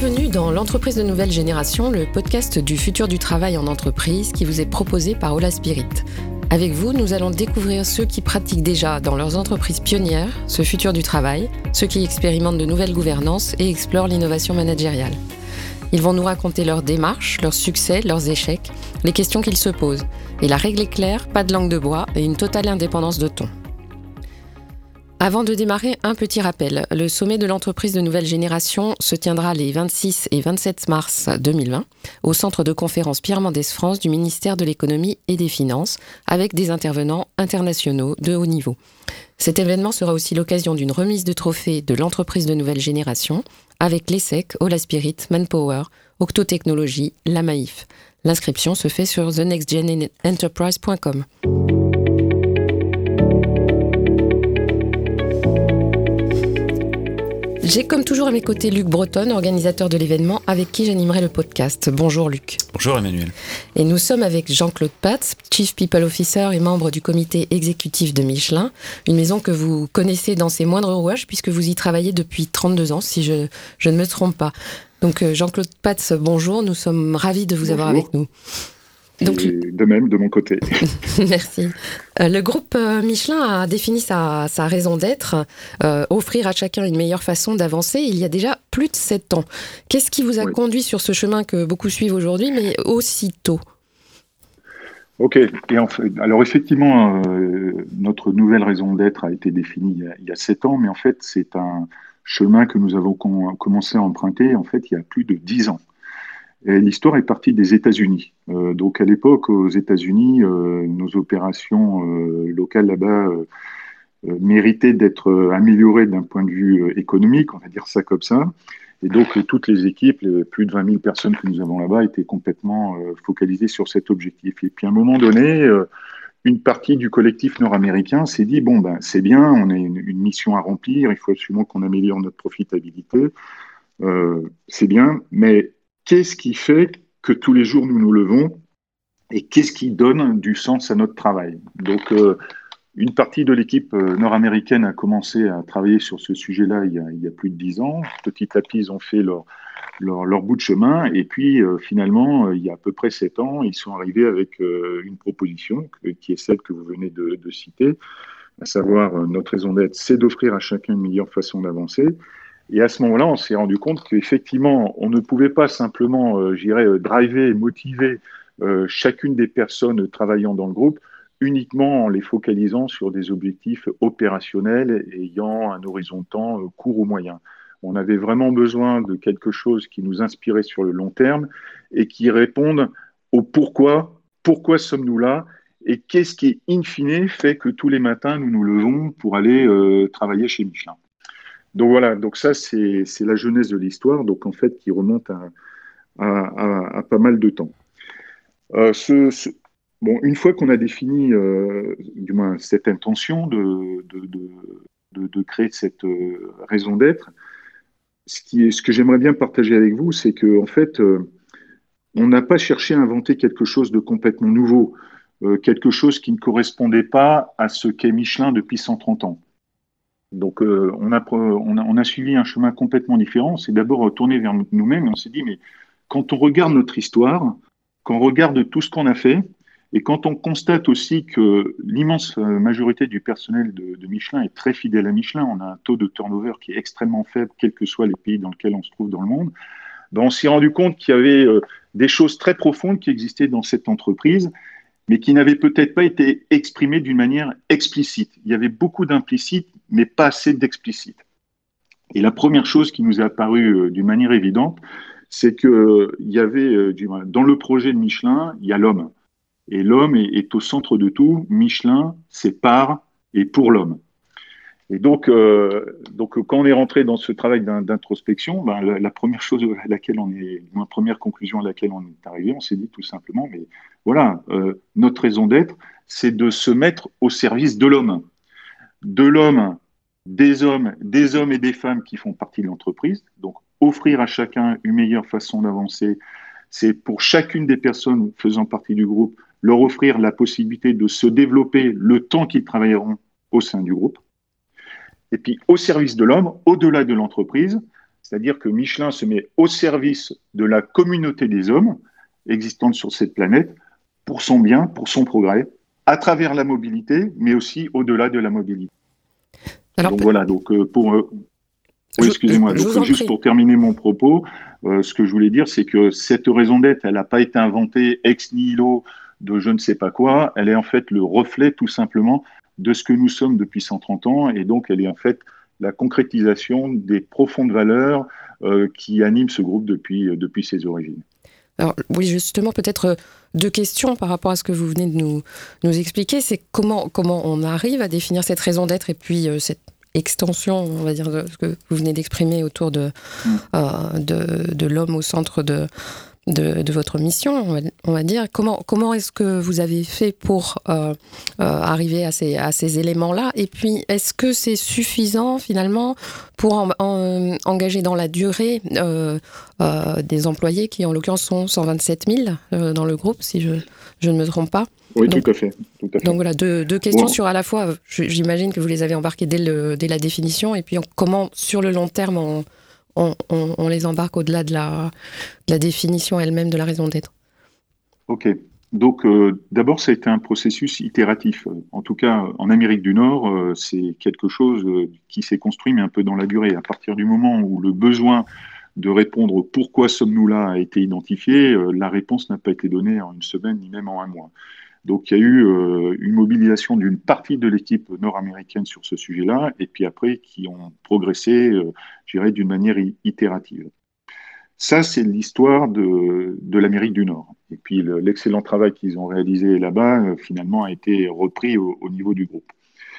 Bienvenue dans l'entreprise de nouvelle génération, le podcast du futur du travail en entreprise qui vous est proposé par Hola Spirit. Avec vous, nous allons découvrir ceux qui pratiquent déjà dans leurs entreprises pionnières ce futur du travail, ceux qui expérimentent de nouvelles gouvernances et explorent l'innovation managériale. Ils vont nous raconter leurs démarches, leurs succès, leurs échecs, les questions qu'ils se posent. Et la règle est claire, pas de langue de bois et une totale indépendance de ton. Avant de démarrer, un petit rappel. Le sommet de l'entreprise de nouvelle génération se tiendra les 26 et 27 mars 2020 au centre de conférence Pierre Mendès France du ministère de l'économie et des finances avec des intervenants internationaux de haut niveau. Cet événement sera aussi l'occasion d'une remise de trophées de l'entreprise de nouvelle génération avec l'ESSEC, Hola Spirit, Manpower, Octo Technologies, la Maïf. L'inscription se fait sur thenextgenenterprise.com. J'ai comme toujours à mes côtés Luc Breton, organisateur de l'événement, avec qui j'animerai le podcast. Bonjour Luc. Bonjour Emmanuel. Et nous sommes avec Jean-Claude Patz, Chief People Officer et membre du comité exécutif de Michelin, une maison que vous connaissez dans ses moindres rouages puisque vous y travaillez depuis 32 ans, si je ne me trompe pas. Donc Jean-Claude Patz, bonjour, nous sommes ravis de vous avoir avec nous. Donc, de même, de mon côté. Merci. Le groupe Michelin a défini sa raison d'être, offrir à chacun une meilleure façon d'avancer il y a déjà plus de 7 ans. Qu'est-ce qui vous a conduit sur ce chemin que beaucoup suivent aujourd'hui, mais aussi tôt ? Ok. Et alors effectivement, notre nouvelle raison d'être a été définie il y a 7 ans, mais en fait, c'est un chemin que nous avons commencé à emprunter en fait, il y a plus de 10 ans. Et l'histoire est partie des États-Unis. Donc à l'époque, aux États-Unis, nos opérations locales là-bas méritaient d'être améliorées d'un point de vue économique, on va dire ça comme ça. Et donc toutes les équipes, les plus de 20 000 personnes que nous avons là-bas, étaient complètement focalisées sur cet objectif. Et puis à un moment donné, une partie du collectif nord-américain s'est dit, bon, ben, c'est bien, on a une mission à remplir, il faut absolument qu'on améliore notre profitabilité. C'est bien, mais qu'est-ce qui fait que tous les jours nous nous levons et qu'est-ce qui donne du sens à notre travail? Donc, une partie de l'équipe nord-américaine a commencé à travailler sur ce sujet-là il y a plus de 10 ans. Petit à petit, ils ont fait leur bout de chemin. Et puis, finalement, il y a à peu près 7 ans, ils sont arrivés avec une proposition qui est celle que vous venez de citer, à savoir notre raison d'être, c'est d'offrir à chacun une meilleure façon d'avancer. Et à ce moment-là, on s'est rendu compte qu'effectivement, on ne pouvait pas simplement, driver et motiver chacune des personnes travaillant dans le groupe uniquement en les focalisant sur des objectifs opérationnels ayant un horizon de temps court ou moyen. On avait vraiment besoin de quelque chose qui nous inspirait sur le long terme et qui réponde au pourquoi sommes-nous là et qu'est-ce qui, in fine, fait que tous les matins, nous nous levons pour aller travailler chez Michelin. Donc voilà, donc ça c'est la jeunesse de l'histoire, donc en fait qui remonte à pas mal de temps. Bon, une fois qu'on a défini, du moins cette intention de créer cette raison d'être, ce que j'aimerais bien partager avec vous, c'est que en fait, on n'a pas cherché à inventer quelque chose de complètement nouveau, quelque chose qui ne correspondait pas à ce qu'est Michelin depuis 130 ans. Donc, on a suivi un chemin complètement différent. On s'est d'abord retourné vers nous-mêmes et on s'est dit, mais quand on regarde notre histoire, quand on regarde tout ce qu'on a fait, et quand on constate aussi que l'immense majorité du personnel de Michelin est très fidèle à Michelin, on a un taux de turnover qui est extrêmement faible, quels que soient les pays dans lesquels on se trouve dans le monde, ben on s'est rendu compte qu'il y avait des choses très profondes qui existaient dans cette entreprise, mais qui n'avaient peut-être pas été exprimées d'une manière explicite. Il y avait beaucoup d'implicites, mais pas assez d'explicites. Et la première chose qui nous est apparue d'une manière évidente, c'est qu'il y avait, dans le projet de Michelin, il y a l'homme. Et l'homme est au centre de tout. Michelin, c'est par et pour l'homme. Et donc, quand on est rentré dans ce travail d'introspection, ben, la première chose à laquelle la première conclusion à laquelle on est arrivé, on s'est dit tout simplement, mais voilà, notre raison d'être, c'est de se mettre au service de l'homme, des hommes et des femmes qui font partie de l'entreprise. Donc, offrir à chacun une meilleure façon d'avancer, c'est pour chacune des personnes faisant partie du groupe, leur offrir la possibilité de se développer le temps qu'ils travailleront au sein du groupe. Et puis, au service de l'homme, au-delà de l'entreprise, C'est-à-dire que Michelin se met au service de la communauté des hommes existante sur cette planète pour son bien, pour son progrès, à travers la mobilité, mais aussi au-delà de la mobilité. Alors, donc voilà, oui, excusez-moi. Donc, juste pour terminer mon propos, ce que je voulais dire, c'est que cette raison d'être, elle n'a pas été inventée ex nihilo de je ne sais pas quoi. Elle est en fait le reflet, tout simplement, de ce que nous sommes depuis 130 ans. Et donc, elle est en fait la concrétisation des profondes valeurs qui animent ce groupe depuis ses origines. Alors, oui, justement, peut-être deux questions par rapport à ce que vous venez de nous expliquer. C'est comment on arrive à définir cette raison d'être et puis cette extension, on va dire, de ce que vous venez d'exprimer autour de l'homme au centre de votre mission, on va dire. Comment est-ce que vous avez fait pour arriver à ces éléments-là? Et puis, est-ce que c'est suffisant, finalement, pour engager dans la durée des employés qui, en l'occurrence, sont 127 000 dans le groupe, si je ne me trompe pas? Oui, tout à fait. Donc voilà, deux questions sur à la fois, j'imagine que vous les avez embarquées dès la définition, et puis comment, sur le long terme, on les embarque au-delà de la définition elle-même de la raison d'être. Ok. Donc, d'abord, ça a été un processus itératif. En tout cas, en Amérique du Nord, c'est quelque chose qui s'est construit, mais un peu dans la durée. À partir du moment où le besoin de répondre « pourquoi sommes-nous là » a été identifié, la réponse n'a pas été donnée en une semaine, ni même en un mois. Donc, il y a eu une mobilisation d'une partie de l'équipe nord-américaine sur ce sujet-là, et puis après, qui ont progressé, je dirais, d'une manière itérative. Ça, c'est l'histoire de l'Amérique du Nord. Et puis, l'excellent travail qu'ils ont réalisé là-bas, finalement, a été repris au niveau du groupe.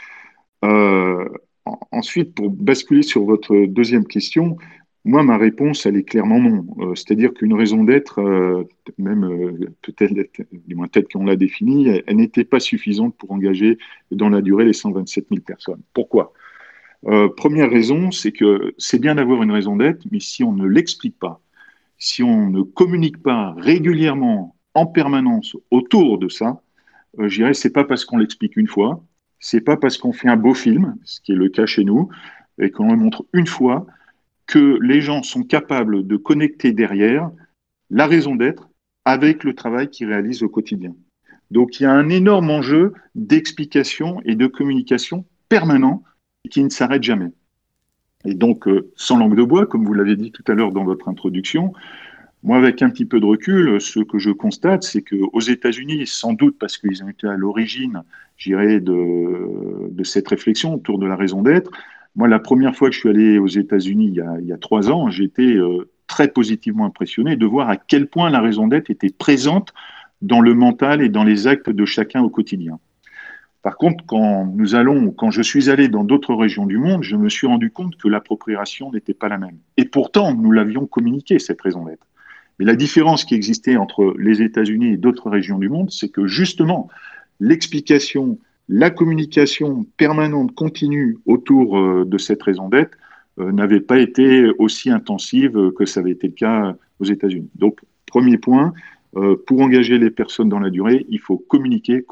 Ensuite, pour basculer sur votre deuxième question, moi, ma réponse, elle est clairement non. C'est-à-dire qu'une raison d'être, peut-être, du moins peut-être qu'on l'a définie, elle n'était pas suffisante pour engager dans la durée les 127 000 personnes. Pourquoi ? Première raison, c'est que c'est bien d'avoir une raison d'être, mais si on ne l'explique pas, si on ne communique pas régulièrement, en permanence, autour de ça, je dirais, c'est pas parce qu'on l'explique une fois, c'est pas parce qu'on fait un beau film, ce qui est le cas chez nous, et qu'on le montre une fois, que les gens sont capables de connecter derrière la raison d'être avec le travail qu'ils réalisent au quotidien. Donc, il y a un énorme enjeu d'explication et de communication permanent qui ne s'arrête jamais. Et donc, sans langue de bois, comme vous l'avez dit tout à l'heure dans votre introduction, moi, avec un petit peu de recul, ce que je constate, c'est qu'aux États-Unis, sans doute parce qu'ils ont été à l'origine, je dirais, de cette réflexion autour de la raison d'être, moi, la première fois que je suis allé aux États-Unis il y a 3 ans, j'ai été très positivement impressionné de voir à quel point la raison d'être était présente dans le mental et dans les actes de chacun au quotidien. Par contre, quand je suis allé dans d'autres régions du monde, je me suis rendu compte que l'appropriation n'était pas la même. Et pourtant, nous l'avions communiqué, cette raison d'être. Mais la différence qui existait entre les États-Unis et d'autres régions du monde, c'est que justement, l'explication, la communication permanente, continue autour de cette raison d'être n'avait pas été aussi intensive que ça avait été le cas aux États-Unis. Donc, premier point, pour engager les personnes dans la durée, il faut communiquer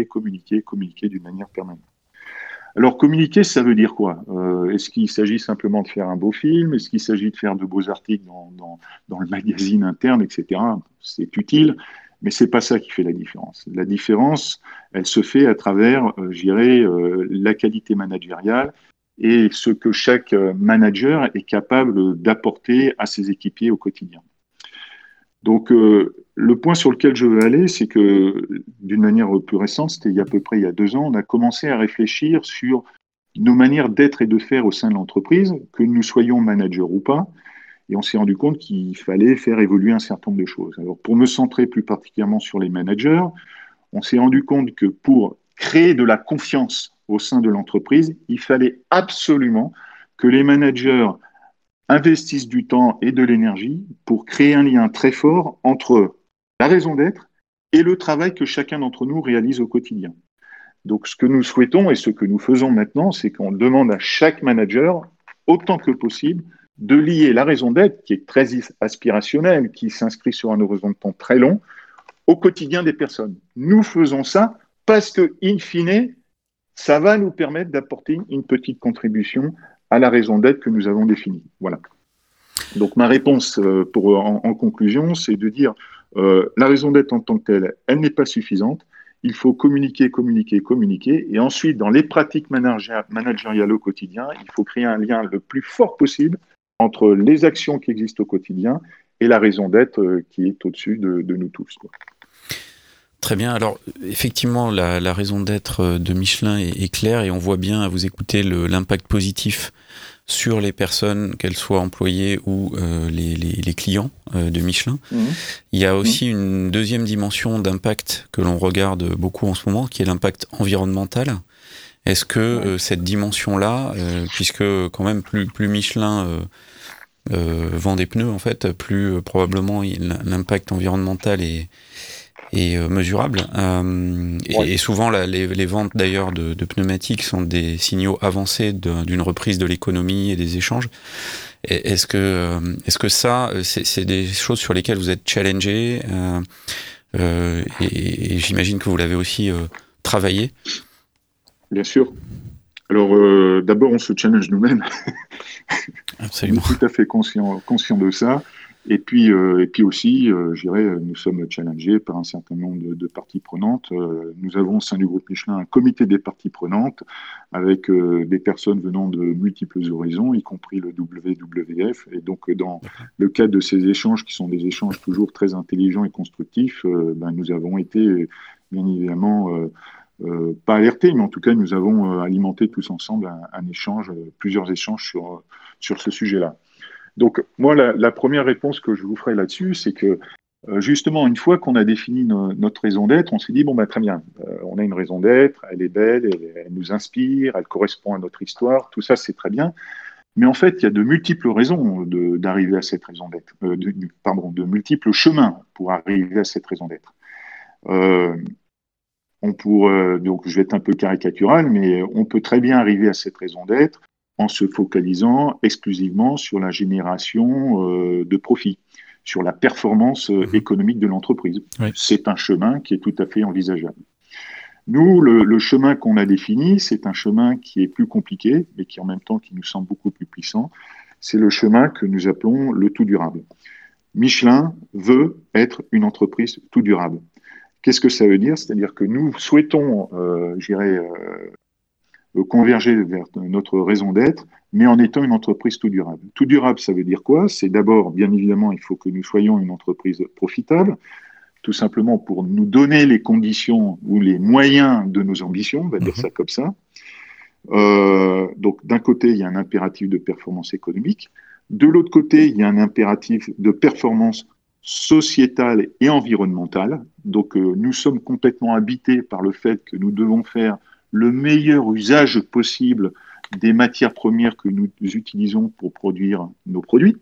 d'une manière permanente. Alors, communiquer, ça veut dire quoi ? Est-ce qu'il s'agit simplement de faire un beau film ? Est-ce qu'il s'agit de faire de beaux articles dans le magazine interne, etc. C'est utile, mais ce n'est pas ça qui fait la différence. La différence, elle se fait à travers, je dirais, la qualité managériale et ce que chaque manager est capable d'apporter à ses équipiers au quotidien. Donc, le point sur lequel je veux aller, c'est que, d'une manière plus récente, c'était à peu près il y a 2 ans, on a commencé à réfléchir sur nos manières d'être et de faire au sein de l'entreprise, que nous soyons managers ou pas, et on s'est rendu compte qu'il fallait faire évoluer un certain nombre de choses. Alors, pour me centrer plus particulièrement sur les managers, on s'est rendu compte que pour créer de la confiance au sein de l'entreprise, il fallait absolument que les managers investissent du temps et de l'énergie pour créer un lien très fort entre la raison d'être et le travail que chacun d'entre nous réalise au quotidien. Donc, ce que nous souhaitons et ce que nous faisons maintenant, c'est qu'on demande à chaque manager, autant que possible, de lier la raison d'être, qui est très aspirationnelle, qui s'inscrit sur un horizon de temps très long, au quotidien des personnes. Nous faisons ça parce que, in fine, ça va nous permettre d'apporter une petite contribution à la raison d'être que nous avons définie. Voilà. Donc ma réponse en conclusion, c'est de dire la raison d'être en tant que telle, elle n'est pas suffisante. Il faut communiquer, communiquer, communiquer. Et ensuite, dans les pratiques managériales au quotidien, il faut créer un lien le plus fort possible entre les actions qui existent au quotidien et la raison d'être qui est au-dessus de nous tous, quoi. Très bien. Alors, effectivement, la raison d'être de Michelin est claire et on voit bien à vous écouter l'impact positif sur les personnes, qu'elles soient employées ou les clients de Michelin. Il y a aussi une deuxième dimension d'impact que l'on regarde beaucoup en ce moment, qui est l'impact environnemental. Est-ce que cette dimension-là, puisque quand même plus Michelin vend des pneus, en fait, plus probablement l'impact environnemental est mesurable. Et souvent, les ventes d'ailleurs de pneumatiques sont des signaux avancés d'une reprise de l'économie et des échanges. Est-ce que ça, c'est des choses sur lesquelles vous êtes challengé et j'imagine que vous l'avez aussi travaillé? Bien sûr. Alors, d'abord, on se challenge nous-mêmes. Absolument. On est tout à fait conscient de ça. Et puis aussi, je dirais, nous sommes challengés par un certain nombre de parties prenantes. Nous avons au sein du groupe Michelin un comité des parties prenantes avec des personnes venant de multiples horizons, y compris le WWF. Et donc, dans le cadre de ces échanges, qui sont des échanges toujours très intelligents et constructifs, nous avons été, bien évidemment, pas alertés, mais en tout cas, nous avons alimenté tous ensemble un échange, plusieurs échanges sur ce sujet-là. Donc, moi, la première réponse que je vous ferai là-dessus, c'est que, justement, une fois qu'on a défini notre raison d'être, on s'est dit, bon, très bien, on a une raison d'être, elle est belle, elle nous inspire, elle correspond à notre histoire, tout ça, c'est très bien. Mais en fait, il y a de multiples raisons d'arriver à cette raison d'être, de multiples chemins pour arriver à cette raison d'être. Donc, je vais être un peu caricatural, mais on peut très bien arriver à cette raison d'être en se focalisant exclusivement sur la génération de profit, sur la performance économique de l'entreprise. Oui. C'est un chemin qui est tout à fait envisageable. Nous, le chemin qu'on a défini, c'est un chemin qui est plus compliqué, mais qui en même temps qui nous semble beaucoup plus puissant. C'est le chemin que nous appelons le tout durable. Michelin veut être une entreprise tout durable. Qu'est-ce que ça veut dire? C'est-à-dire que nous souhaitons, converger vers notre raison d'être, mais en étant une entreprise tout durable. Tout durable, ça veut dire quoi? C'est d'abord, bien évidemment, il faut que nous soyons une entreprise profitable, tout simplement pour nous donner les conditions ou les moyens de nos ambitions, on va dire ça comme ça. Donc, d'un côté, il y a un impératif de performance économique. De l'autre côté, il y a un impératif de performance sociétale et environnementale. Donc, nous sommes complètement habités par le fait que nous devons faire le meilleur usage possible des matières premières que nous utilisons pour produire nos produits.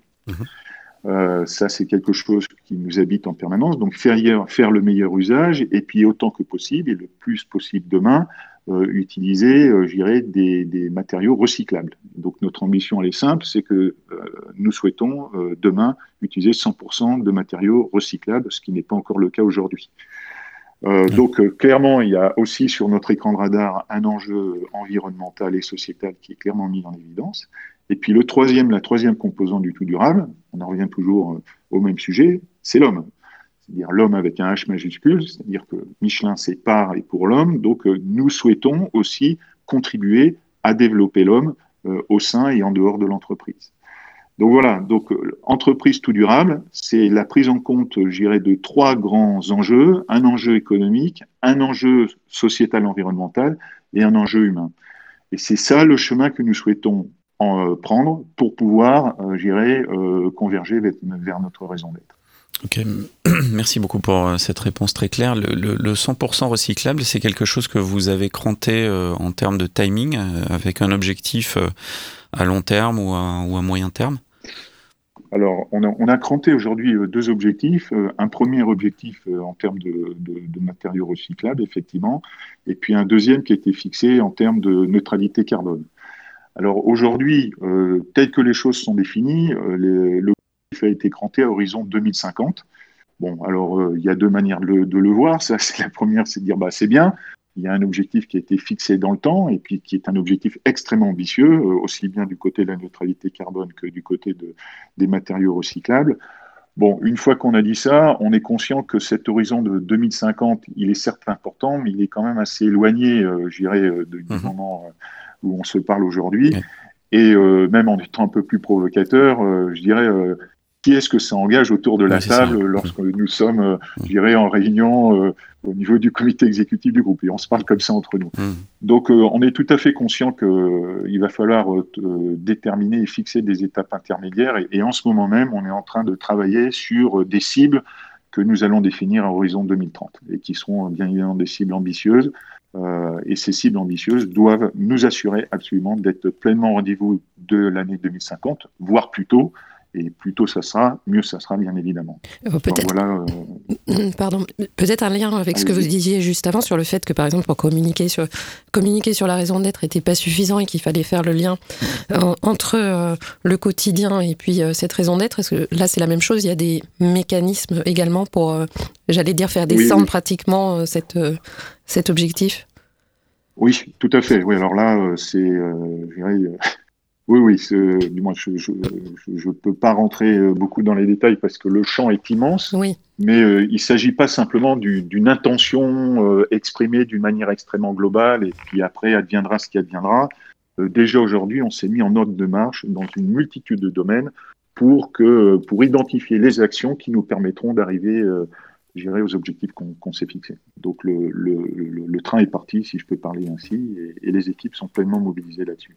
Ça, c'est quelque chose qui nous habite en permanence. Donc, faire le meilleur usage et puis autant que possible et le plus possible demain, utiliser, je dirais, des matériaux recyclables. Donc, notre ambition, elle est simple, c'est que nous souhaitons demain utiliser 100% de matériaux recyclables, ce qui n'est pas encore le cas aujourd'hui. Donc, clairement, il y a aussi sur notre écran de radar un enjeu environnemental et sociétal qui est clairement mis en évidence. Et puis, la troisième composante du tout durable, on en revient toujours au même sujet, c'est l'homme. C'est-à-dire l'homme avec un H majuscule, c'est-à-dire que Michelin, c'est par et pour l'homme. Donc, nous souhaitons aussi contribuer à développer l'homme au sein et en dehors de l'entreprise. Donc voilà, entreprise tout durable, c'est la prise en compte, je dirais, de trois grands enjeux, un enjeu économique, un enjeu sociétal environnemental et un enjeu humain. Et c'est ça le chemin que nous souhaitons prendre pour pouvoir, je dirais, converger vers notre raison d'être. Ok, merci beaucoup pour cette réponse très claire. Le 100% recyclable, c'est quelque chose que vous avez cranté en termes de timing, avec un objectif à long terme ou à moyen terme? Alors, on a cranté aujourd'hui deux objectifs. Un premier objectif en termes de matériaux recyclables, effectivement, et puis un deuxième qui a été fixé en termes de neutralité carbone. Alors aujourd'hui, tel que les choses sont définies, l'objectif a été cranté à horizon 2050. Bon, alors il y a deux manières de le voir. Ça, c'est la première, c'est de dire, c'est bien. il y a un objectif qui a été fixé dans le temps et puis qui est un objectif extrêmement ambitieux, aussi bien du côté de la neutralité carbone que du côté des matériaux recyclables. Bon, une fois qu'on a dit ça, on est conscient que cet horizon de 2050, il est certes important, mais il est quand même assez éloigné, je dirais, du moment où on se parle aujourd'hui. Okay. Et même en étant un peu plus provocateur, je dirais, qui est-ce que ça engage autour de la table lorsque nous sommes, je dirais, en réunion au niveau du comité exécutif du groupe, et on se parle comme ça entre nous. Donc, on est tout à fait conscient qu'il va falloir déterminer et fixer des étapes intermédiaires, et en ce moment même, on est en train de travailler sur des cibles que nous allons définir à horizon 2030, et qui seront bien évidemment des cibles ambitieuses, et ces cibles ambitieuses doivent nous assurer absolument d'être pleinement au rendez-vous de l'année 2050, voire plus tôt. Et plus tôt ça sera, mieux ça sera, bien évidemment. Peut-être, pardon, peut-être un lien avec ce que vous disiez juste avant sur le fait que, par exemple, pour communiquer sur la raison d'être n'était pas suffisant et qu'il fallait faire le lien entre le quotidien et puis cette raison d'être. Est-ce que là, c'est la même chose? Il y a des mécanismes également pour, j'allais dire, faire descendre pratiquement cet objectif? Oui, tout à fait. Oui, alors là, c'est, je dirais... Oui, du moins, je ne peux pas rentrer beaucoup dans les détails parce que le champ est immense, mais il ne s'agit pas simplement d'une intention exprimée d'une manière extrêmement globale et puis après, adviendra ce qui adviendra. Déjà aujourd'hui, on s'est mis en ordre de marche dans une multitude de domaines pour identifier les actions qui nous permettront d'arriver aux objectifs qu'on s'est fixés. Donc le train est parti, si je peux parler ainsi, et les équipes sont pleinement mobilisées là-dessus.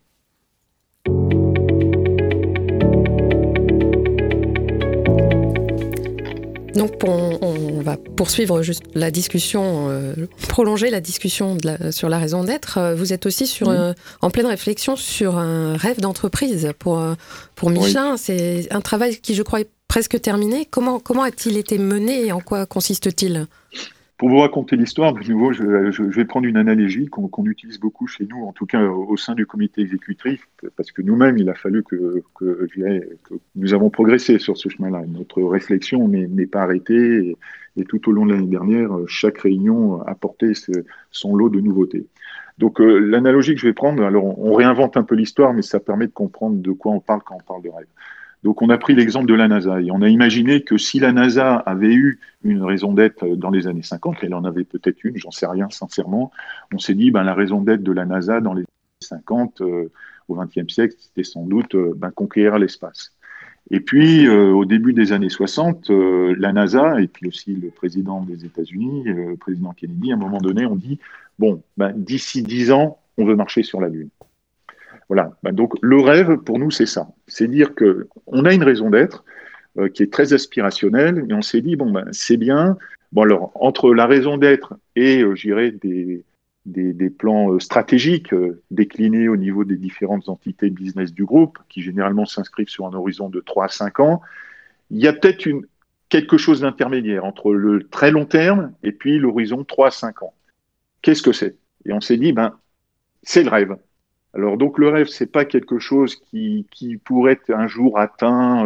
Donc on va poursuivre juste la discussion, prolonger la discussion sur la raison d'être. Vous êtes aussi en pleine réflexion sur un rêve d'entreprise pour Michelin. C'est un travail qui, je crois, est presque terminé. Comment a-t-il été mené et en quoi consiste-t-il ? Pour vous raconter l'histoire, de nouveau, je vais prendre une analogie qu'on utilise beaucoup chez nous, en tout cas au sein du comité exécutif, parce que nous-mêmes, il a fallu que nous avons progressé sur ce chemin-là. Notre réflexion n'est pas arrêtée, et tout au long de l'année dernière, chaque réunion apportait son lot de nouveautés. Donc l'analogie que je vais prendre, alors on réinvente un peu l'histoire, mais ça permet de comprendre de quoi on parle quand on parle de rêve. Donc, on a pris l'exemple de la NASA et on a imaginé que si la NASA avait eu une raison d'être dans les années 50, elle en avait peut-être une, j'en sais rien sincèrement, on s'est dit, la raison d'être de la NASA dans les années 50, au XXe siècle, c'était sans doute conquérir l'espace. Et puis, au début des années 60, la NASA et puis aussi le président des États-Unis, le président Kennedy, à un moment donné, ont dit, d'ici 10 ans, on veut marcher sur la Lune. Voilà. Donc le rêve pour nous c'est ça, c'est dire que on a une raison d'être qui est très aspirationnelle, mais on s'est dit c'est bien. Bon alors entre la raison d'être et je dirais des plans stratégiques déclinés au niveau des différentes entités de business du groupe qui généralement s'inscrivent sur un horizon de 3 à 5 ans, il y a peut-être quelque chose d'intermédiaire entre le très long terme et puis l'horizon 3 à 5 ans. Qu'est-ce que c'est? Et on s'est dit c'est le rêve. Alors donc le rêve, c'est pas quelque chose qui pourrait être un jour atteint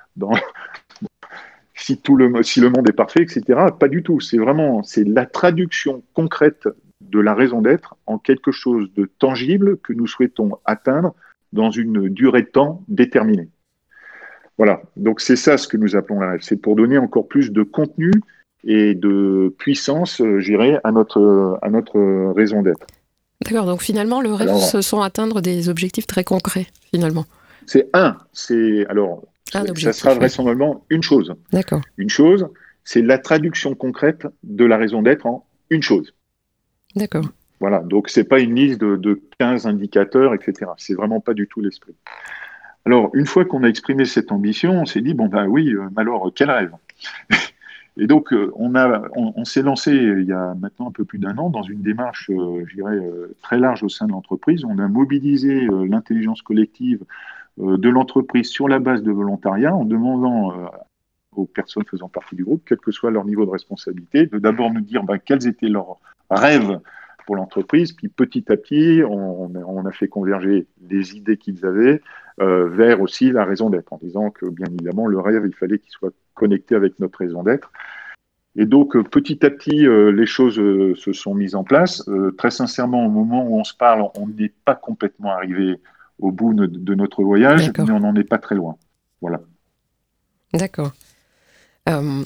si le monde est parfait, etc. Pas du tout. C'est la traduction concrète de la raison d'être en quelque chose de tangible que nous souhaitons atteindre dans une durée de temps déterminée. Voilà. Donc c'est ça ce que nous appelons le rêve. C'est pour donner encore plus de contenu et de puissance, je dirais, à notre raison d'être. D'accord, donc finalement, le rêve, ce sont atteindre des objectifs très concrets, finalement. Ça sera vraisemblablement une chose. D'accord. Une chose, c'est la traduction concrète de la raison d'être en une chose. D'accord. Voilà, donc c'est pas une liste de 15 indicateurs, etc. C'est vraiment pas du tout l'esprit. Alors, une fois qu'on a exprimé cette ambition, on s'est dit, alors, quel rêve? Et donc, on s'est lancé il y a maintenant un peu plus d'1 an dans une démarche, très large au sein de l'entreprise. On a mobilisé l'intelligence collective de l'entreprise sur la base de volontariat en demandant aux personnes faisant partie du groupe, quel que soit leur niveau de responsabilité, de d'abord nous dire quels étaient leurs rêves pour l'entreprise, puis petit à petit, on a fait converger les idées qu'ils avaient vers aussi la raison d'être, en disant que, bien évidemment, le rêve, il fallait qu'il soit connecté avec notre raison d'être. Et donc, petit à petit, les choses se sont mises en place. Très sincèrement, au moment où on se parle, on n'est pas complètement arrivé au bout de notre voyage, D'accord. mais on n'en est pas très loin. Voilà. D'accord. Euh,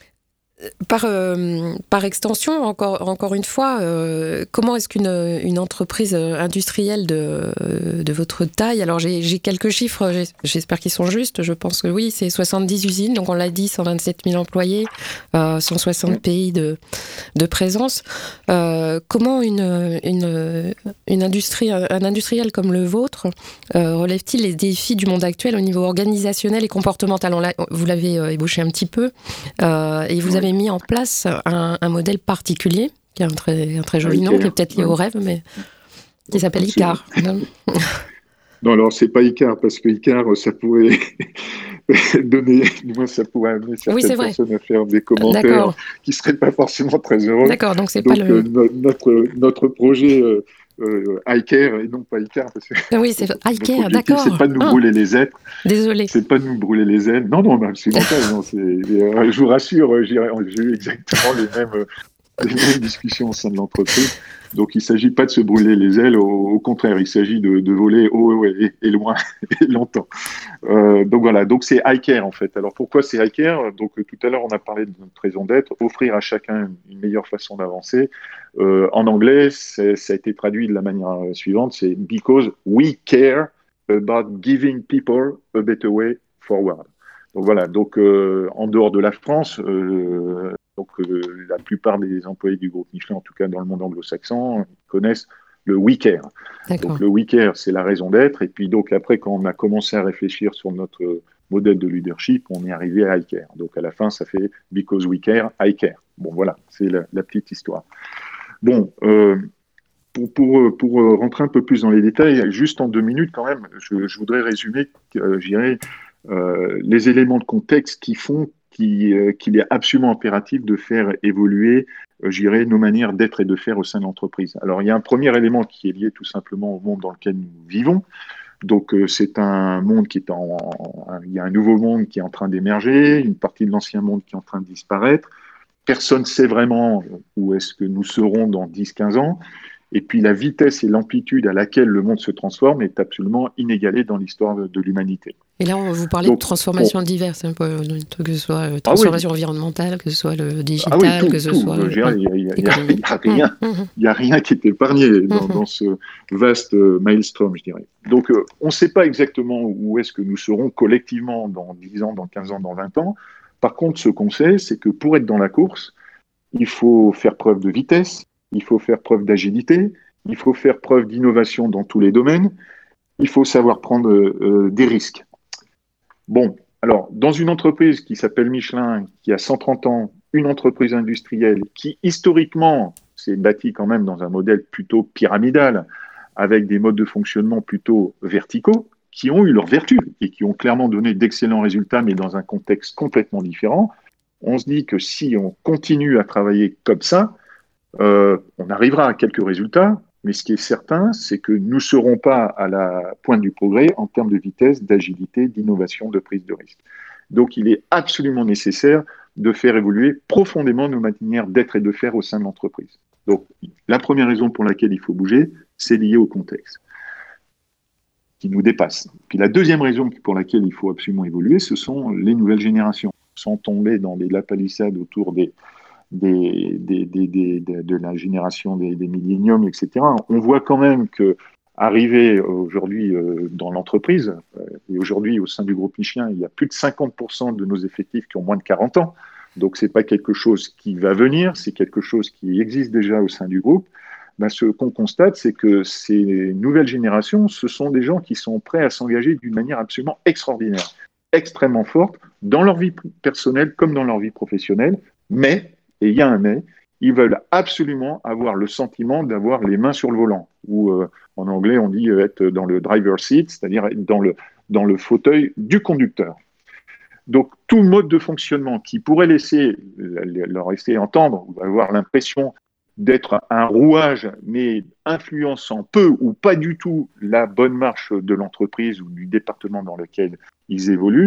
par extension, encore une fois, comment est-ce qu'une entreprise industrielle de votre taille, alors j'ai quelques chiffres, j'espère qu'ils sont justes, je pense que oui, c'est 70 usines, donc on l'a dit, 127 000 employés, 160 pays de présence. Comment un industriel comme le vôtre relève-t-il les défis du monde actuel au niveau organisationnel et comportemental? Vous l'avez ébauché un petit peu, et vous avez mis en place un modèle particulier, qui a un très joli nom, qui est peut-être lié au rêve, mais qui s'appelle ICAR. Non, alors c'est pas ICAR, parce que ICAR, ça pourrait donner, du moins ça pourrait amener certaines personnes à faire des commentaires qui ne seraient pas forcément très heureux. D'accord, donc c'est pas le... notre projet iCare, et non pas ICAR, parce que oui, c'est iCare, d'accord. C'est pas de nous brûler les ailes. Désolé. C'est pas de nous brûler les ailes. Non, absolument pas. Non, je vous rassure, j'ai eu exactement les mêmes discussions au sein de l'entreprise. Donc, il ne s'agit pas de se brûler les ailes, au contraire, il s'agit de voler haut et loin et longtemps. Donc voilà, donc c'est iCare en fait. Alors pourquoi c'est iCare? Donc tout à l'heure, on a parlé de notre raison d'être, offrir à chacun une meilleure façon d'avancer. En anglais, ça a été traduit de la manière suivante, c'est « Because we care about giving people a better way forward ». Donc voilà, donc en dehors de la France, la plupart des employés du groupe Michelin, en tout cas dans le monde anglo-saxon, connaissent le We Care. Donc le We Care, c'est la raison d'être. Et puis donc après, quand on a commencé à réfléchir sur notre modèle de leadership, on est arrivé à I Care. Donc à la fin, ça fait Because We Care, I Care. Bon voilà, c'est la petite histoire. Bon, pour rentrer un peu plus dans les détails, juste en 2 minutes quand même, je voudrais résumer, je dirais, les éléments de contexte qui font qu'il est absolument impératif de faire évoluer, je dirais, nos manières d'être et de faire au sein de l'entreprise. Alors, il y a un premier élément qui est lié tout simplement au monde dans lequel nous vivons. Donc, c'est un monde qui est il y a un nouveau monde qui est en train d'émerger, une partie de l'ancien monde qui est en train de disparaître. Personne ne sait vraiment où est-ce que nous serons dans 10-15 ans. Et puis la vitesse et l'amplitude à laquelle le monde se transforme est absolument inégalée dans l'histoire de l'humanité. Et là, vous parlez de transformations diverses, que ce soit transformation environnementale, que ce soit le digital, que ce soit... Il n'y a rien qui est épargné dans ce vaste maelstrom, je dirais. Donc, on ne sait pas exactement où est-ce que nous serons collectivement dans 10 ans, dans 15 ans, dans 20 ans. Par contre, ce qu'on sait, c'est que pour être dans la course, il faut faire preuve de vitesse, il faut faire preuve d'agilité, il faut faire preuve d'innovation dans tous les domaines, il faut savoir prendre des risques. Bon, alors, dans une entreprise qui s'appelle Michelin, qui a 130 ans, une entreprise industrielle qui, historiquement, s'est bâtie quand même dans un modèle plutôt pyramidal, avec des modes de fonctionnement plutôt verticaux, qui ont eu leurs vertus et qui ont clairement donné d'excellents résultats, mais dans un contexte complètement différent, on se dit que si on continue à travailler comme ça, on arrivera à quelques résultats, mais ce qui est certain, c'est que nous ne serons pas à la pointe du progrès en termes de vitesse, d'agilité, d'innovation, de prise de risque. Donc, il est absolument nécessaire de faire évoluer profondément nos manières d'être et de faire au sein de l'entreprise. Donc, la première raison pour laquelle il faut bouger, c'est lié au contexte qui nous dépasse. Puis la deuxième raison pour laquelle il faut absolument évoluer, ce sont les nouvelles générations. Sans tomber dans la palissade autour de la génération des milléniums, etc. On voit quand même que arrivé aujourd'hui dans l'entreprise, et aujourd'hui au sein du groupe Michelin, il y a plus de 50% de nos effectifs qui ont moins de 40 ans. Donc ce n'est pas quelque chose qui va venir, c'est quelque chose qui existe déjà au sein du groupe. Ben, ce qu'on constate, c'est que ces nouvelles générations, ce sont des gens qui sont prêts à s'engager d'une manière absolument extraordinaire, extrêmement forte, dans leur vie personnelle comme dans leur vie professionnelle, mais, et il y a un mais, ils veulent absolument avoir le sentiment d'avoir les mains sur le volant, ou en anglais on dit être dans le driver's seat, c'est-à-dire être dans le fauteuil du conducteur. Donc tout mode de fonctionnement qui pourrait leur laisser entendre ou avoir l'impression d'être un rouage, mais influençant peu ou pas du tout la bonne marche de l'entreprise ou du département dans lequel ils évoluent,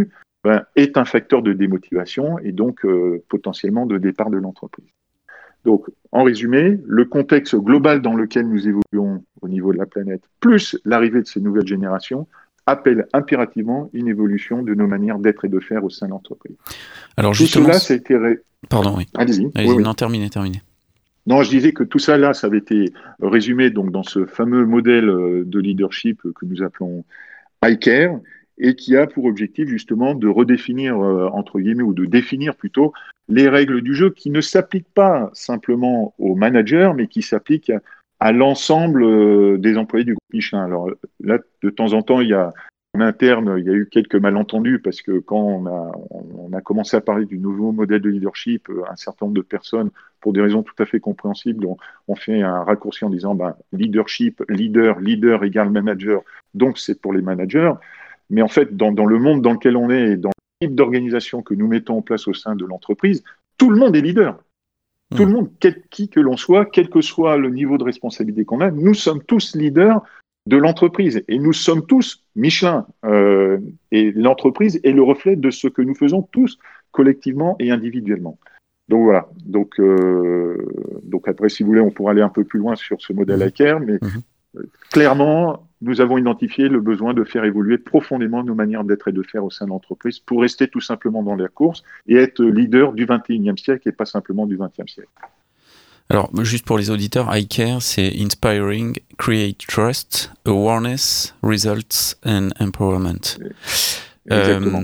est un facteur de démotivation et donc potentiellement de départ de l'entreprise. Donc, en résumé, le contexte global dans lequel nous évoluons au niveau de la planète, plus l'arrivée de ces nouvelles générations, appelle impérativement une évolution de nos manières d'être et de faire au sein de l'entreprise. Alors tout justement, cela, ça a été... Pardon, oui. Allez-y. Oui. Non, terminez. Non, je disais que tout ça, là, ça avait été résumé donc, dans ce fameux modèle de leadership que nous appelons iCare, et qui a pour objectif justement de redéfinir, entre guillemets, ou de définir plutôt les règles du jeu qui ne s'appliquent pas simplement aux managers, mais qui s'appliquent à l'ensemble des employés du groupe Michelin. Alors là, de temps en temps, en interne, il y a eu quelques malentendus parce que quand on a commencé à parler du nouveau modèle de leadership, un certain nombre de personnes, pour des raisons tout à fait compréhensibles, ont fait un raccourci en disant leadership, leader égale manager, donc c'est pour les managers. Mais en fait, dans le monde dans lequel on est et dans le type d'organisation que nous mettons en place au sein de l'entreprise, tout le monde est leader. Tout le monde, qui que l'on soit, quel que soit le niveau de responsabilité qu'on a, nous sommes tous leaders de l'entreprise. Et nous sommes tous Michelin. Et l'entreprise est le reflet de ce que nous faisons tous collectivement et individuellement. Donc voilà. Donc après, si vous voulez, on pourra aller un peu plus loin sur ce modèle iCare, mais clairement, nous avons identifié le besoin de faire évoluer profondément nos manières d'être et de faire au sein de l'entreprise pour rester tout simplement dans la course et être leader du 21e siècle et pas simplement du 20e siècle. Alors, juste pour les auditeurs, iCare, c'est Inspiring, Create Trust, Awareness, Results and Empowerment. Exactement.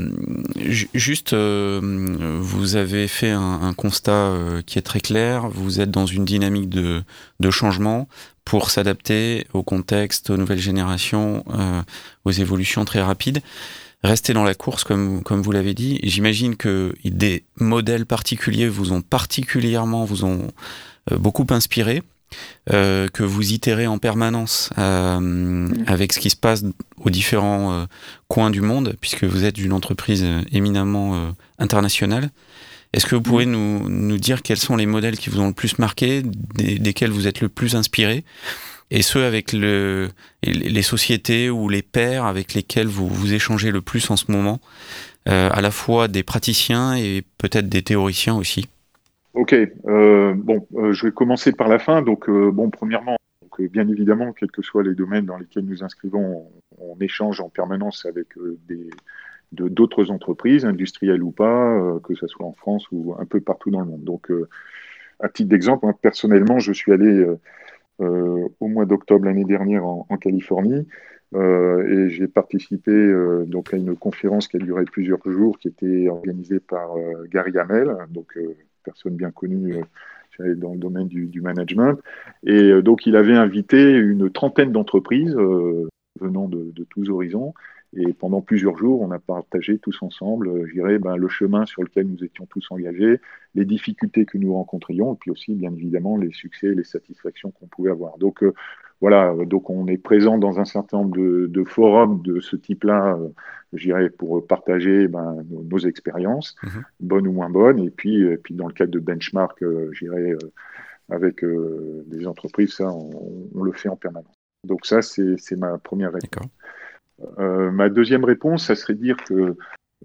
Vous avez fait un constat qui est très clair. Vous êtes dans une dynamique de changement pour s'adapter au contexte, aux nouvelles générations, aux évolutions très rapides. Rester dans la course, comme vous l'avez dit. J'imagine que des modèles particuliers vous ont beaucoup inspiré, que vous itérez en permanence avec ce qui se passe aux différents coins du monde, puisque vous êtes une entreprise éminemment internationale. Est-ce que vous pouvez nous dire quels sont les modèles qui vous ont le plus marqué, desquels vous êtes le plus inspiré, et ceux avec les sociétés ou les pairs avec lesquels vous échangez le plus en ce moment, à la fois des praticiens et peut-être des théoriciens aussi? Ok, je vais commencer par la fin. Donc, premièrement, bien évidemment, quels que soient les domaines dans lesquels nous inscrivons, on échange en permanence avec d'autres entreprises, industrielles ou pas, que ce soit en France ou un peu partout dans le monde. Donc, à titre d'exemple, moi, personnellement, je suis allé au mois d'octobre l'année dernière en Californie et j'ai participé donc à une conférence qui a duré plusieurs jours, qui était organisée par Gary Hamel, donc personne bien connue dans le domaine du management. Et donc, il avait invité une trentaine d'entreprises venant de tous horizons. Et pendant plusieurs jours, on a partagé tous ensemble, le chemin sur lequel nous étions tous engagés, les difficultés que nous rencontrions, et puis aussi, bien évidemment, les succès et les satisfactions qu'on pouvait avoir. Donc, donc on est présent dans un certain nombre de forums de ce type-là, pour partager nos expériences, bonnes ou moins bonnes, et puis dans le cadre de benchmark, avec des entreprises, ça, on le fait en permanence. Donc ça, c'est ma première réponse. D'accord. Ma deuxième réponse, ça serait de dire que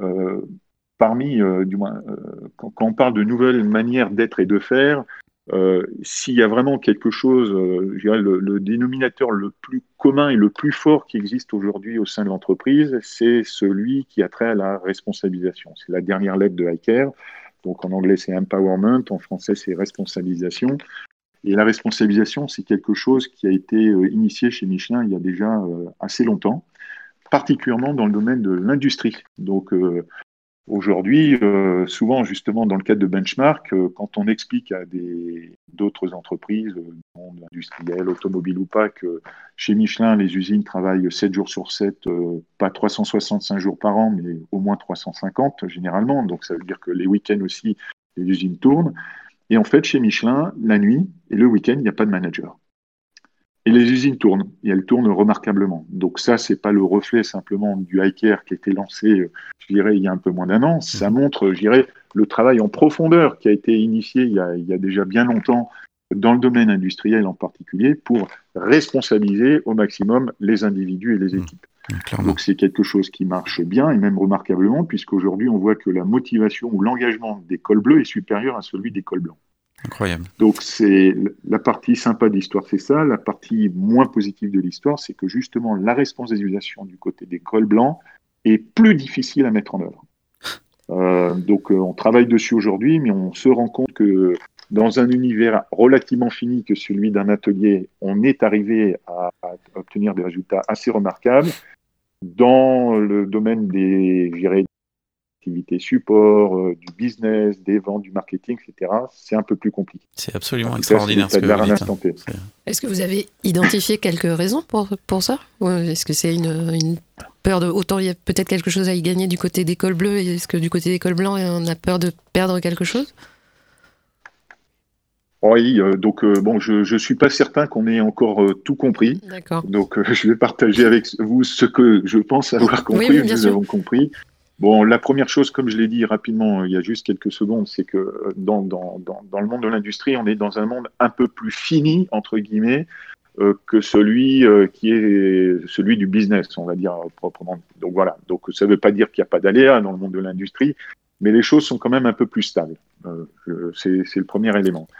quand on parle de nouvelles manières d'être et de faire, s'il y a vraiment quelque chose, le dénominateur le plus commun et le plus fort qui existe aujourd'hui au sein de l'entreprise, c'est celui qui a trait à la responsabilisation. C'est la dernière lettre de iCare. Donc en anglais, c'est empowerment, en français, c'est responsabilisation. Et la responsabilisation, c'est quelque chose qui a été initié chez Michelin il y a déjà assez longtemps, particulièrement dans le domaine de l'industrie. Donc aujourd'hui, souvent justement dans le cadre de benchmark, quand on explique à d'autres entreprises, monde industriel, automobile ou pas, que chez Michelin, les usines travaillent 7 jours sur 7, pas 365 jours par an, mais au moins 350 généralement. Donc ça veut dire que les week-ends aussi, les usines tournent. Et en fait, chez Michelin, la nuit et le week-end, il n'y a pas de manager. Et les usines tournent, et elles tournent remarquablement. Donc ça, c'est pas le reflet simplement du iCare qui a été lancé, il y a un peu moins d'un an. Ça montre, le travail en profondeur qui a été initié il y a déjà bien longtemps dans le domaine industriel en particulier pour responsabiliser au maximum les individus et les équipes. Clairement. Donc c'est quelque chose qui marche bien et même remarquablement, puisqu'aujourd'hui on voit que la motivation ou l'engagement des cols bleus est supérieur à celui des cols blancs. Incroyable. Donc c'est la partie sympa de l'histoire, c'est ça. La partie moins positive de l'histoire, c'est que justement la responsabilisation du côté des cols blancs est plus difficile à mettre en œuvre. Donc on travaille dessus aujourd'hui, mais on se rend compte que dans un univers relativement fini que celui d'un atelier, on est arrivé à obtenir des résultats assez remarquables. Dans le domaine des activités support, du business, des ventes, du marketing, etc., c'est un peu plus compliqué. C'est absolument extraordinaire ce que vous dites. Est-ce que vous avez identifié quelques raisons pour ça ? Ou est-ce que c'est une peur de... Autant il y a peut-être quelque chose à y gagner du côté des cols bleus, et est-ce que du côté des cols blancs, on a peur de perdre quelque chose ? Oui, bon, je suis pas certain qu'on ait encore tout compris. D'accord. Donc je vais partager avec vous ce que je pense avoir compris, oui, nous avons compris. Bon, la première chose, comme je l'ai dit rapidement il y a juste quelques secondes, c'est que dans le monde de l'industrie, on est dans un monde un peu plus fini, entre guillemets, que celui qui est celui du business, on va dire proprement. Donc voilà, donc ça ne veut pas dire qu'il n'y a pas d'aléas dans le monde de l'industrie, mais les choses sont quand même un peu plus stables. C'est le premier élément.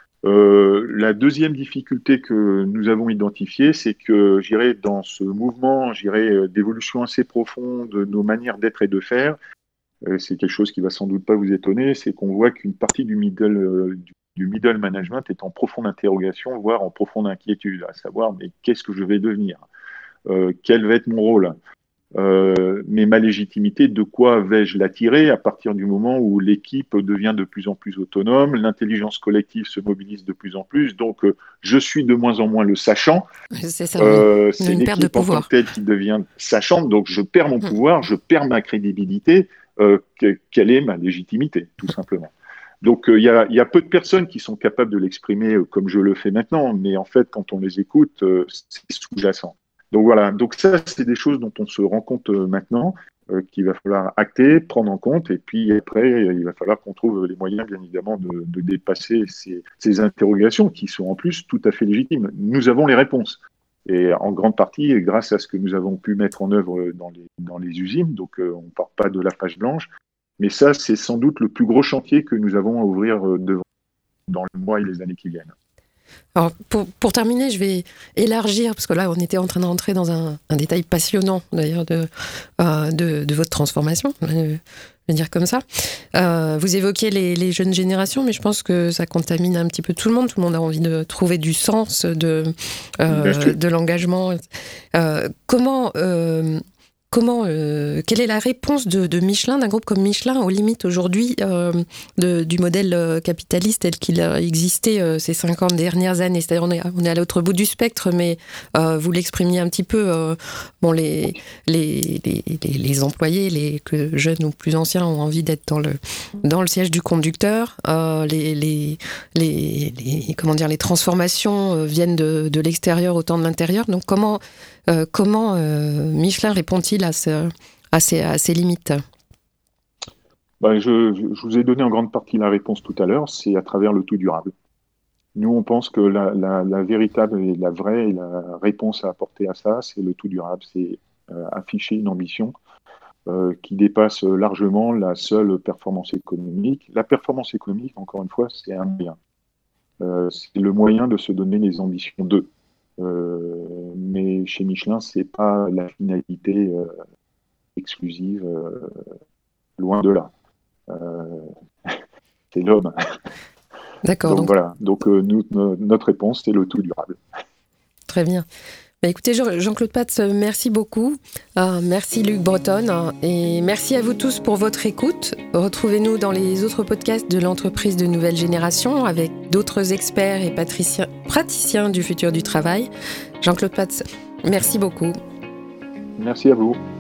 La deuxième difficulté que nous avons identifiée, c'est que, j'irais, dans ce mouvement, d'évolution assez profonde de nos manières d'être et de faire, c'est quelque chose qui va sans doute pas vous étonner, c'est qu'on voit qu'une partie du middle management est en profonde interrogation, voire en profonde inquiétude, à savoir, mais qu'est-ce que je vais devenir ? Quel va être mon rôle ? Mais ma légitimité, de quoi vais-je la tirer à partir du moment où l'équipe devient de plus en plus autonome, l'intelligence collective se mobilise de plus en plus, donc je suis de moins en moins le sachant. C'est ça, oui. C'est l'équipe en tant que telle qui devient sachante, donc je perds mon pouvoir, je perds ma crédibilité. Quelle est ma légitimité, tout simplement. Donc il y a peu de personnes qui sont capables de l'exprimer comme je le fais maintenant, mais en fait, quand on les écoute, c'est sous-jacent. Donc voilà, donc ça, c'est des choses dont on se rend compte maintenant, qu'il va falloir acter, prendre en compte, et puis après, il va falloir qu'on trouve les moyens, bien évidemment, de dépasser ces interrogations qui sont en plus tout à fait légitimes. Nous avons les réponses, et en grande partie grâce à ce que nous avons pu mettre en œuvre dans les usines, donc on ne part pas de la page blanche, mais ça, c'est sans doute le plus gros chantier que nous avons à ouvrir dans le mois et les années qui viennent. Alors, pour terminer, je vais élargir, parce que là, on était en train de rentrer dans un détail passionnant, d'ailleurs, de votre transformation, je vais dire comme ça. Vous évoquiez les jeunes générations, mais je pense que ça contamine un petit peu tout le monde. Tout le monde a envie de trouver du sens, de l'engagement. Quelle est la réponse de Michelin, d'un groupe comme Michelin, aux limites aujourd'hui du modèle capitaliste tel qu'il a existé ces 50 dernières années ? C'est-à-dire on est à l'autre bout du spectre, mais vous l'exprimiez un petit peu. Les employés, que jeunes ou plus anciens, ont envie d'être dans le siège du conducteur. Les transformations viennent de l'extérieur autant de l'intérieur. Donc comment Michelin répond-il à ces limites ? Je vous ai donné en grande partie la réponse tout à l'heure, c'est à travers le tout durable. Nous, on pense que la véritable et la vraie et la réponse à apporter à ça, c'est le tout durable, c'est afficher une ambition qui dépasse largement la seule performance économique. La performance économique, encore une fois, c'est un moyen. C'est le moyen de se donner les ambitions d'eux. Mais chez Michelin, c'est pas la finalité exclusive, loin de là. C'est l'homme. D'accord. Donc voilà. Donc notre réponse, c'est le tout durable. Très bien. Écoutez, Jean-Claude Patz, merci beaucoup. Merci Luc Bretonne. Et merci à vous tous pour votre écoute. Retrouvez-nous dans les autres podcasts de l'entreprise de nouvelle génération avec d'autres experts et praticiens du futur du travail. Jean-Claude Patz, merci beaucoup. Merci à vous.